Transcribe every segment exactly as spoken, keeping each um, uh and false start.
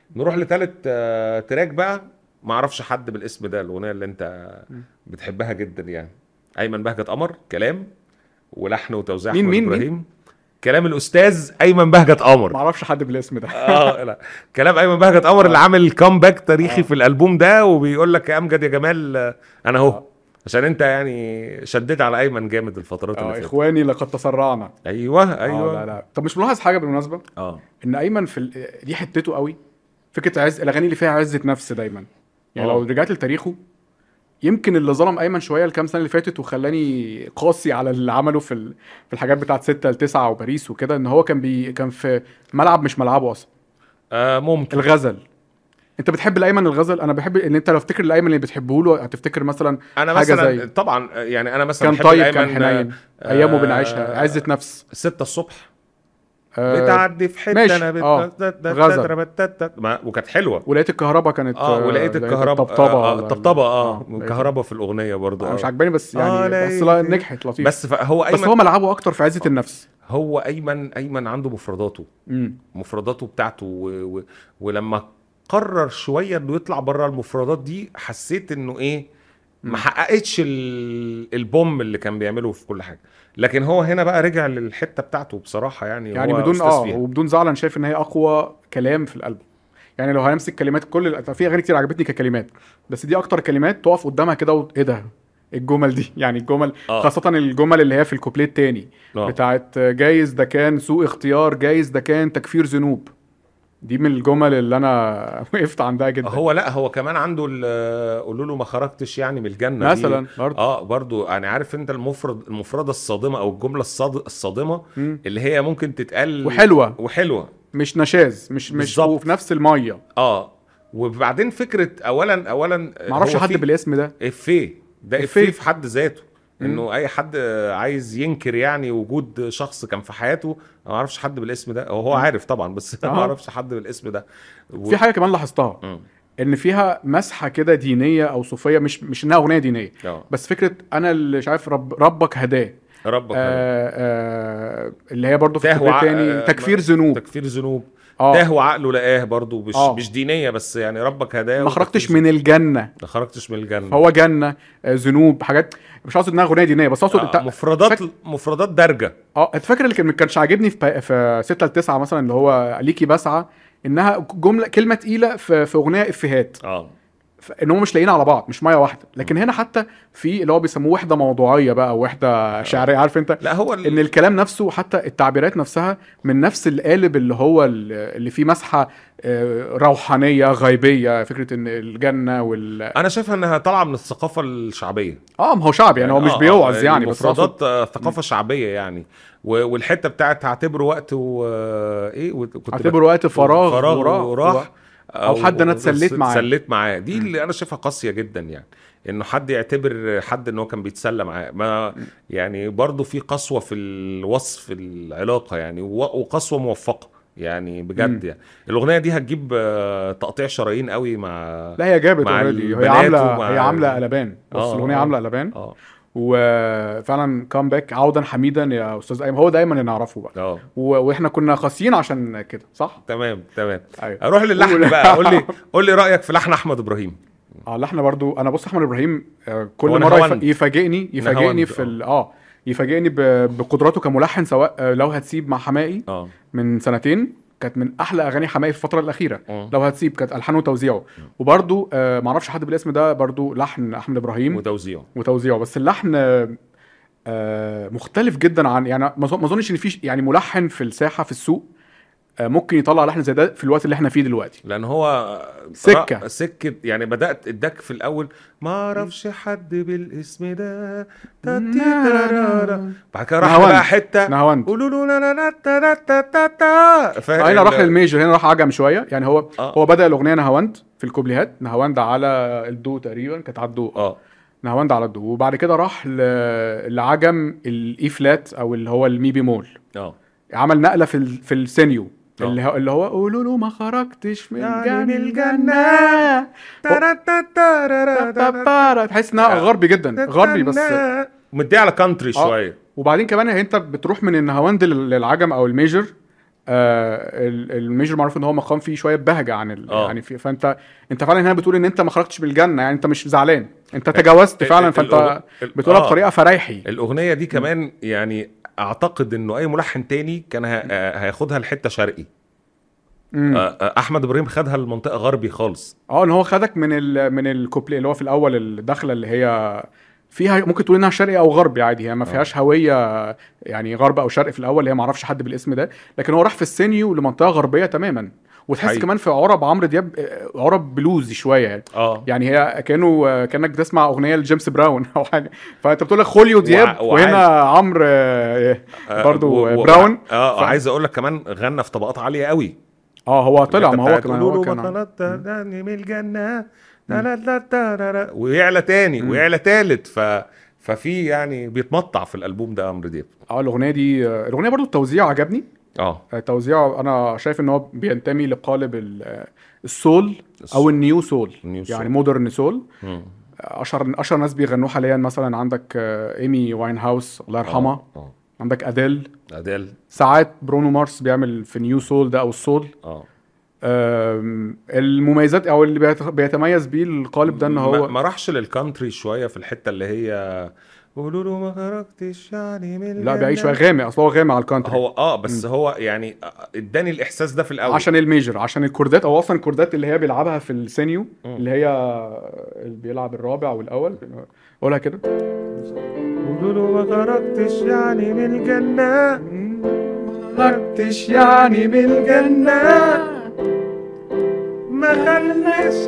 نروح لثالث آه، تراك بقى. ما اعرفش حد بالاسم ده، الاغنيه اللي انت بتحبها جدا يعني. ايمن بهجت قمر، كلام ولحن وتوزيع مين احمد مين مين؟ ابراهيم. كلام الاستاذ ايمن بهجت قمر. ما اعرفش حد بالاسم ده. اه لا، كلام ايمن بهجت قمر اللي اه عامل كومباك تاريخي اه في الالبوم ده، وبيقول لك يا امجد يا جمال آه، انا اهو. اه عشان انت يعني شديت على ايمن جامد الفترات اللي اه فاتت. اخواني لقد تسرعنا. ايوه اه لا ايوه. لا، طب مش ملاحظ حاجه بالمناسبه؟ اه ان ايمن في ال... دي حتته قوي، فكره عز الاغاني اللي فيها عزه نفس دايما. يعني لو اه رجعت لتاريخه، يمكن اللي ظلم ايمن شويه الكام سنه اللي فاتت وخلاني قاسي على اللي عمله في ال... في الحاجات بتاعت ستة لتسعة وباريس وكده، ان هو كان بي... كان في ملعب مش ملعبه اصلا. آه، ممكن. الغزل. انت بتحب الايمن الغزل؟ انا بحب ان انت لو تفتكر الايمن اللي بتحبه له هتفتكر مثلا انا حاجه زي مثلا طبعا يعني انا مثلا كان بحب طيب كان الايمن آه، حنين، ايامه بنعيشها، عزه آه، نفس. ستة الصبح آه بتعدي في حته ماشي انا اه. غزل. بت ما- وكانت حلوه. ولقيت الكهرباء كانت اه آه ولقيت لقيت الكهرباء الطبطبه آه آه ولا ال... الطبطبه اه اه لقيت ال... كهرباء في الاغنيه برضو انا مش اه. عجباني بس اه يعني، بس لا لقيت. نجحت لطيف. بس هو بس ايمن هو ملعبه اكتر في عزه آه، النفس. هو ايمن ايمن عنده مفرداته. امم مفرداته بتاعته و... و... ولما قرر شويه انه يطلع بره المفردات دي، حسيت انه ايه، ما امم حققتش ال... البوم اللي كان بيعمله في كل حاجه. لكن هو هنا بقى رجع للحته بتاعته بصراحه، يعني يعني هو بدون استاذ اه فيها. وبدون زعل، انا شايف ان هي اقوى كلام في الالبوم. يعني لو هنمسك كلمات كل ال- في اغاني كتير عجبتني ككلمات، بس دي اكتر كلمات تقف قدامها كده و... ايه ده، الجمل دي يعني الجمل، اه خاصة الجمل اللي هي في الكوبليه التاني اه. بتاعت جايز ده كان سوء اختيار، جايز ده كان تكفير ذنوب. دي من الجمل اللي انا وقفت عندها جدا. هو لا، هو كمان عنده ال- قولوا له ما خرجتش يعني من الجنه دي. مثلا برضه. اه برضو يعني عارف انت المفرد المفرده الصادمه او الجمله الصاد... الصادمه مم. اللي هي ممكن تتقال. وحلوة، وحلوه. مش نشاز، مش مش وفي بالظبط. نفس المية. اه. وبعدين فكره اولا اولا معرفش هو حد في بالاسم ده. افيه، ده افيه افيه. في حد ذاته. مم. انه اي حد عايز ينكر يعني وجود شخص كان في حياته. أنا ما اعرفش حد بالاسم ده، او هو مم. عارف طبعا بس انا ما اه. اعرفش حد بالاسم ده. و... في حاجة كمان لاحظتها، مم. ان فيها مسحه كده دينيه او صوفيه، مش مش انها اغنيه دينيه، اه بس فكره انا اللي مش عارف رب ربك هداه. ربك هداه. آه آه اللي هي برضو في تاه الكوبليه وع... التاني آه، تكفير ما- ذنوب. تكفير ذنوب. اه تاه وعقله لقاه برضو، مش مش اه دينية بس يعني ربك هداه ما وتكفير خرجتش ذنوب. من الجنه، ما خرجتش من الجنة. فهو جنه. آه ذنوب حاجات. مش قصدي انها اغنيه دينيه، بس اقصد آه انت مفردات فاك... مفردات دارجة. اه انت فاكر اللي كان ما كانش عاجبني في في ستة لتسعة مثلا، اللي هو ليكي بسعى، انها جمله كلمه تقيله في في اغنيه افيهات، اه. ف- ان هم مش لاقيين على بعض، مش ميه واحده. مم. لكن هنا حتى في اللي هو بيسموه وحده موضوعيه بقى، وحده اه شعريه، عارف انت، لا هو ان ال... الكلام نفسه حتى التعبيرات نفسها من نفس القالب اللي هو ال- اللي فيه مسحه آه، روحانيه غيبيه، فكره ان الجنه وال انا شايفها انها طالعة من الثقافة الشعبية. اه ما هو شعب يعني، هو يعني مش اه اه بيوعظ يعني، بس اقصد. المفردات آه، م. ثقافة شعبية يعني. و- والحتة بتاعت هعتبره وقت و آه، ايه وت- كنت بت... اعتبر وقت فراغ فراغ وراه وراه، وراح. او حد انا او اتسليت معاه. اتسليت معاه، دي م. اللي انا شايفها قاسية جدا يعني. انه حد يعتبر حد ان هو كان بيتسلى معاه ما. م. يعني برضو في قسوة في الوصف العلاقة يعني، و- وقسوة موفقة يعني م. بجد يعني. الاغنية دي هتجيب آه، تقطيع شرايين قوي مع لا هي جابت مع اوريدي، هي البنات عامله هي ومع عامله ال... قلبان، بص اه الاغنيه اه عامله قلبان. اه وفعلا كامباك عودا حميدا يا استاذ ايمن، هو دايما اللي نعرفه بقى. اه. و... واحنا كنا قاسيين عشان كده، صح؟ تمام تمام. ايوه. اروح قول. للحن بقى، قول لي قول لي رايك في لحن احمد ابراهيم. اه لحن برضو، انا بص احمد ابراهيم آه، كل هو مره يف... نهاوند. يفاجئني يفاجئني نهاوند في اه. ال... اه يفاجئني ب... بقدراته كملحن، سواء آه، لو هتسيب مع حماقي اه من سنتين، كانت من احلى اغاني حماقي في الفتره الاخيره. اه. لو هتسيب كانت الحانه وتوزيعه. وبرضو آه معرفش حد بالاسم ده، برضو لحن احمد ابراهيم وتوزيعه. وتوزيعه، بس اللحن آه، آه، مختلف جدا عن يعني، ما أظن- ما اظنش ان في ش- يعني ملحن في الساحه في السوق آه، ممكن يطلع لحن زي ده في الوقت اللي احنا فيه دلوقتي. لان هو سكه. رأ سكه يعني. بدات اداك في الاول ما اعرفش حد بالاسم ده تاتي ترارارا. بعد كده راح بقى نهاوند. حته نهاوند. قولوا له لا لا لا تا تا تا تا تا. فاهم هنا راح ال- للميجر، هنا راح عجم شويه يعني. هو اه هو بدا الاغنيه نهاوند في الكوبليهات، نهاوند على الدو تقريبا، كانت على الدو اه. اه نهاوند على الدو، وبعد كده راح ل... لعجم الاي فلات او اللي هو المي بيمول. اه عمل نقله في ال... في السينيو، اللي اه. هو اللي هو قولوا له ما خرجتش من يعني من الجنه. الجنة. هو- تارا تا تارا تا تا تا. بابا تحس انها غربي جدا، غربي بس. مدي على كانتري اه شويه. وبعدين كمان انت بتروح من النهاوند لل- للعجم او الميجر، آه ال- الميجر معروف ان هو مقام فيه شويه بهجه عن ال... آه. يعني في... فانت انت فعلا هنا بتقول ان انت ما خرجتش من الجنه، يعني انت مش زعلان، انت تجاوزت فعلا، ال- فانت الأغ- ال- بتقولها آه. بطريقه فريحي. الاغنيه دي كمان يعني اعتقد انه اي ملحن تاني كان ه- آه، هياخدها لحته شرقي. مم. آه، آه، احمد ابراهيم خدها لمنطقه غربي خالص. اه ان هو خدك من ال... من الكوبليه اللي هو في الاول الدخله اللي هي فيها ممكن تقول انها شرقي او غربي عادي، هي ما فيهاش هويه يعني غرب او شرق في الاول، اللي هي ما اعرفش حد بالاسم ده، لكن هو راح في السينيو لمنطقه غربيه تماما. وتحس حقيقي. كمان في عرب عمرو دياب آه، عرب بلوزي شويه يعني. اه يعني هي كانه آه، كانك بتسمع اغنيه لجيمس براون او حاجه، فانت بتقول لك خوليو دياب وع- وهنا عمرو آه، آه، برضو و- و- براون. اه ف... عايز اقول لك كمان غنى في طبقات عاليه قوي. اه هو طلع، ما هو كمان قولوا هو له كان ما طلعتني من الجنه لا لا لا لا لا لا، ويعلى تاني مم. ويعلى تالت. ف ففي يعني بيتمطع في الالبوم ده عمرو دياب. اه الاغنيه دي آه، الاغنيه برضو التوزيع عجبني. اه توزيعه انا شايف ان هو بينتمي لقالب ال- السول الس- او النيو سول، النيو يعني سول. مودرن سول. مم. اشهر اشهر ناس بيغنوه حاليا مثلا عندك آه، ايمي واين هاوس الله يرحمها، اه اه عندك اديل، اديل. ساعات برونو مارس بيعمل في نيو سول ده او السول. اه آم، المميزات او اللي بيت- بيتميز بيه القالب ده ان ما, هو ما راحش للكانتري شويه في الحته اللي هي قولوا له ما خرجتش يعني من لا بيعيش شويه الجنة. غامق، اصل هو غامق على الكانتري. هو اه بس هو يعني اداني الاحساس ده في الاول. عشان الميجر، عشان الكوردات، او اصلا الكوردات اللي هي بيلعبها في السينيو مم. اللي هي اللي بيلعب الرابع والاول، قولها كده. قولوا له ما خرجتش يعني من الجنه خرجتش يعني من الجنة. ما خليش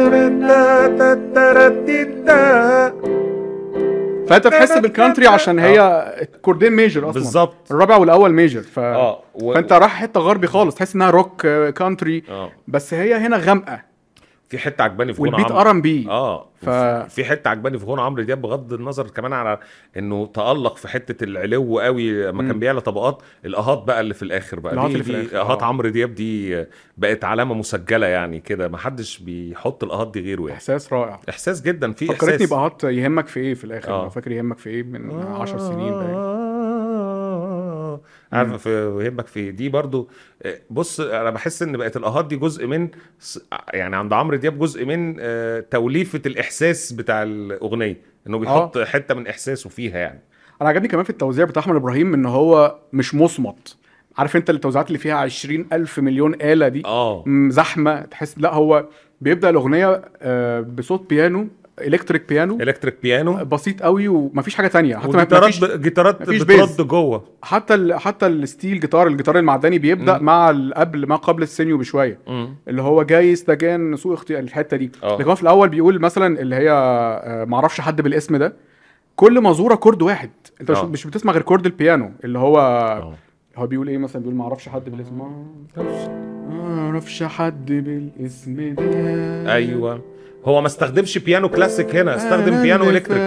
غير فانت تحس بالكانتري عشان هي كوردين ميجر اصلا، بالظبط. الرابع والاول ميجر. ف... اه و... فانت راح حته غربي خالص، تحس انها روك آه، كانتري، اه بس هي هنا غامقه، في حته عجباني في غنى والبيت عمرو. ار ام بي. اه ف... ف... في حته عجباني في غنى عمرو دياب بغض النظر كمان على انه تألق في حته العلو قوي لما كان مم. بيعلى طبقات. الاهات بقى اللي في الاخر بقى الأهات دي, اللي في دي الآخر، اهات آه. عمرو دياب دي بقت علامه مسجله يعني كده، ما حدش بيحط الاهات دي غيره يعني. احساس رائع. احساس جدا في فكرتني احساس. بأهات يهمك في ايه في الاخر، آه. لو فاكر يهمك في ايه من عشر سنين باين. آه. عارف في يهمك في دي برضو. آه، بص انا بحس ان بقت الاهات دي جزء من س- يعني عند عمرو دياب جزء من آه، توليفة الاحساس بتاع الاغنية، انه بيحط حتة من احساسه فيها يعني. انا عجبني كمان في التوزيع بتاع احمد ابراهيم ان هو مش مصمت، عارف انت التوزيعات اللي فيها عشرين الف مليون آلة دي اه م- زحمة، تحس لا هو بيبدأ الأغنية آه، بصوت بيانو، إلكتريك بيانو الكتريك بيانو بسيط قوي ومفيش حاجة تانية، حتى ما وجيتارات فيش ب... جيتارات مفيش بترد بيز. جوه. حتى ال... حتى الستيل جيتار، الجيتار المعدني بيبدأ مم. مع ال- قبل ما قبل السينيو بشوية، مم. اللي هو جاي استجان سوء اختيار الحتة دي. آه. لكن هو في الأول بيقول مثلا اللي هي آه، معرفش حد بالاسم ده، كل مزورة كورد واحد، انت مش, آه. مش بتسمع غير كورد البيانو اللي هو آه. هو بيقول ايه مثلا، بيقول معرفش حد بالاسم، ما اعرفش حد بالاسم ده. ايوه هو ما استخدمش بيانو كلاسيك هنا، استخدم بيانو الكتريك.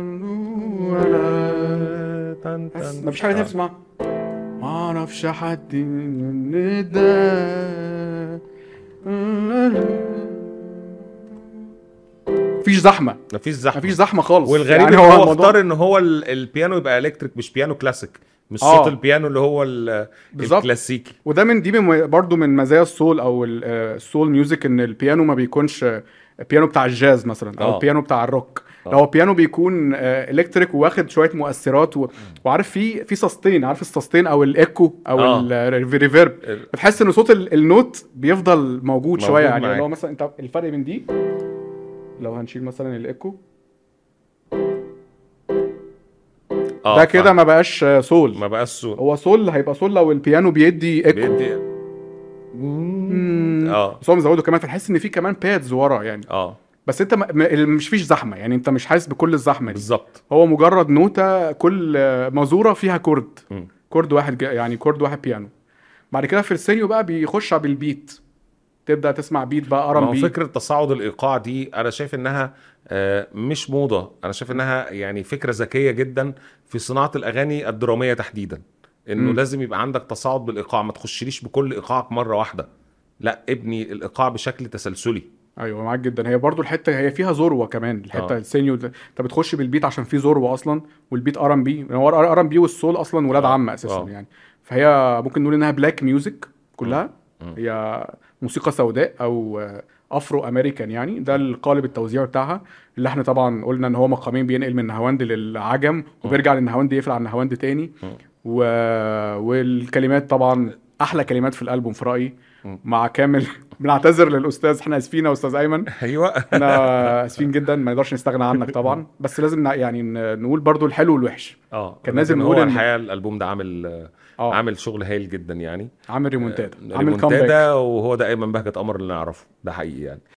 ما فيش حاجه تانية تسمعها، ما اعرفش حد من ده. مفيش زحمه، مفيش زحمه مفيش زحمه خالص. والغريب يعني ان هو الموضوع- اختار ان هو ال- البيانو يبقى الكتريك مش بيانو كلاسيك، مش آه. صوت البيانو اللي هو ال- بالظبط. الكلاسيكي. وده من دي من برضو من مزايا السول او ال- آه، السول ميوزك، ان البيانو ما بيكونش بيانو بتاع الجاز مثلا او آه. البيانو بتاع الروك، آه. هو بيانو بيكون آه، الكتريك واخد شويه مؤثرات و... وعارف في في سستين، عارف السستين او الايكو او آه. الريفيرب، ال- بتحس ان صوت ال- النوت بيفضل موجود, موجود شويه يعني، معاك. اللي هو مثلا انت الفرق بين دي لو هنشيل مثلا الايكو آه ده كده فاهم. ما بقاش آه، سول، ما بقاش صوت هو سول هيبقى سول لو البيانو بيدي ايكو. بيدي. مم. اه بس هو مزوده كمان، فتحس ان في كمان بادز ورا يعني، اه بس انت م... م... مش فيش زحمه يعني، انت مش حاسس بكل الزحمه دي، بالظبط. هو مجرد نوتة كل آه، مزوره فيها كورد، مم. كورد واحد جا- يعني كورد واحد بيانو. بعد كده في السينيو بقى بيخش بالبيت، تبدا تسمع بيت بقى ما ارم هو بي. فكرة تصاعد الإيقاع دي أنا شايف إنها آه، مش موضة، أنا شايف إنها يعني فكرة ذكية جدا في صناعة الأغاني الدرامية تحديدا، إنه مم. لازم يبقى عندك تصاعد بالإيقاع، ما تخشليش بكل إيقاعك مرة واحدة، لا ابني الإيقاع بشكل تسلسلي. ايوه معاك جدا، هي برضو الحته هي فيها ذروه كمان، الحته آه. السينيو ده انت بتخش بالبيت عشان فيه ذروه اصلا، والبيت ار ام بي، هو ار ام بي والسول اصلا ولاد آه. عم اساسا آه. يعني، فهي ممكن نقول انها بلاك ميوزك كلها. مم. هي موسيقى سوداء او افرو امريكان يعني، ده القالب التوزيع بتاعها. اللي احنا طبعا قلنا ان هو مقامين، بينقل من نهاوند للعجم وبيرجع للنهاوند يقفل على النهاوند تاني. مم. و... والكلمات طبعا احلى كلمات في الالبوم في رايي. مم. مع كامل بنعتذر للاستاذ، احنا اسفين يا استاذ ايمن، ايوه. احنا اسفين جدا، ما نقدرش نستغنى عنك طبعا، بس لازم نع- يعني ن- نقول برضو الحلو والوحش. اه كان لازم لكن نقول هو ان الحقيقه الالبوم ده عامل اه عامل شغل هايل جدا يعني. عامل ريمونتادا، عامل ريمونتادا، كامباك. وهو ده ايمن بهجت قمر اللي نعرفه، ده حقيقي يعني.